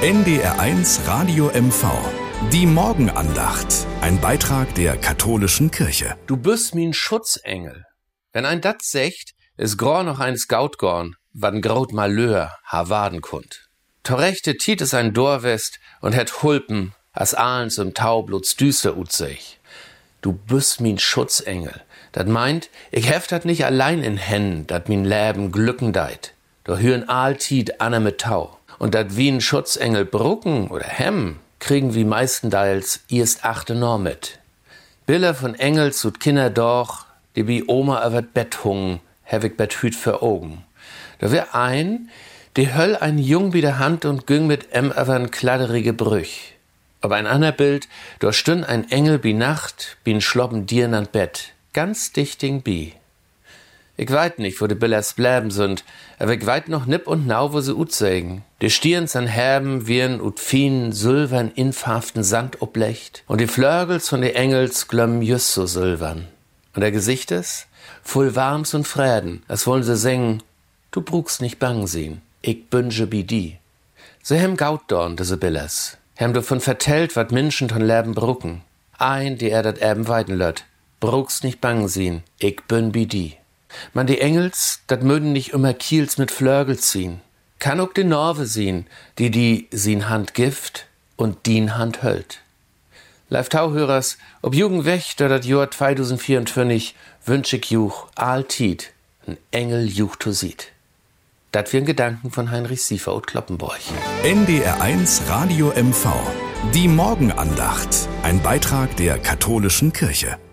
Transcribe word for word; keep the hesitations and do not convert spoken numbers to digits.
N D R eins Radio M V. Die Morgenandacht. Ein Beitrag der katholischen Kirche. Du bist min Schutzengel. Wenn ein dat secht, is gror noch ein Scout gorn, wann graut Malheur ha waden kund. Torechte tiet es ein Dorwest und het Hulpen, as ahlens im Taubluts düster ut sich. Du bist min Schutzengel. Dat meint, ich heft dat nicht allein in Händen, dat min Leben glücken deit. Da hüren alltied Anne mit Tau. Und dat wie n Schutzengel brucken oder hemmen, kriegen wie meistenteils erst achte nor mit. Bilder von Engels zu Kinder doch, die wie Oma über Bett hungen, hab ich Bett hüt für Augen. Da wär ein, die höll ein Jung wie der Hand und ging mit em über n kladderige Brüch. Aber ein ander Bild, da stünd ein Engel wie Nacht, wie n schloppen Dirn an Bett, ganz dichting bi. Ich weit nicht, wo die Billers bleiben sind, aber ich weit noch nipp und nau, wo sie ut sägen. Die Stirns an Herben wihren ut fien, silbern, infhaften Sand oblecht, und die Flörgels von die Engels glömmen just so silbern. Und der Gesicht ist voll warms und Fräden, als wollen sie singen, du brugst nicht bang sehen, ich bünge bi di. So hem gaut dorn, diese Billers, hem davon vertellt, wat Menschen ton Leben brucken. Ein, die er dat Erben weiden löt, brugst nicht bang sehen, ich bün bi di. Man, die Engels, dat mögen nicht immer Kiels mit Flörgel ziehen. Kann auch die Norwe sehen, die die sin Hand gift und dien Hand höllt. Live Tauhörers, ob Jugend wächt oder dat Jahr zweitausendvierundzwanzig, wünsch ich juch alltied n Engel juch to sieht. Dat wir'n Gedanken von Heinrich Siefer und Kloppenborch. N D R eins Radio M V. Die Morgenandacht. Ein Beitrag der katholischen Kirche.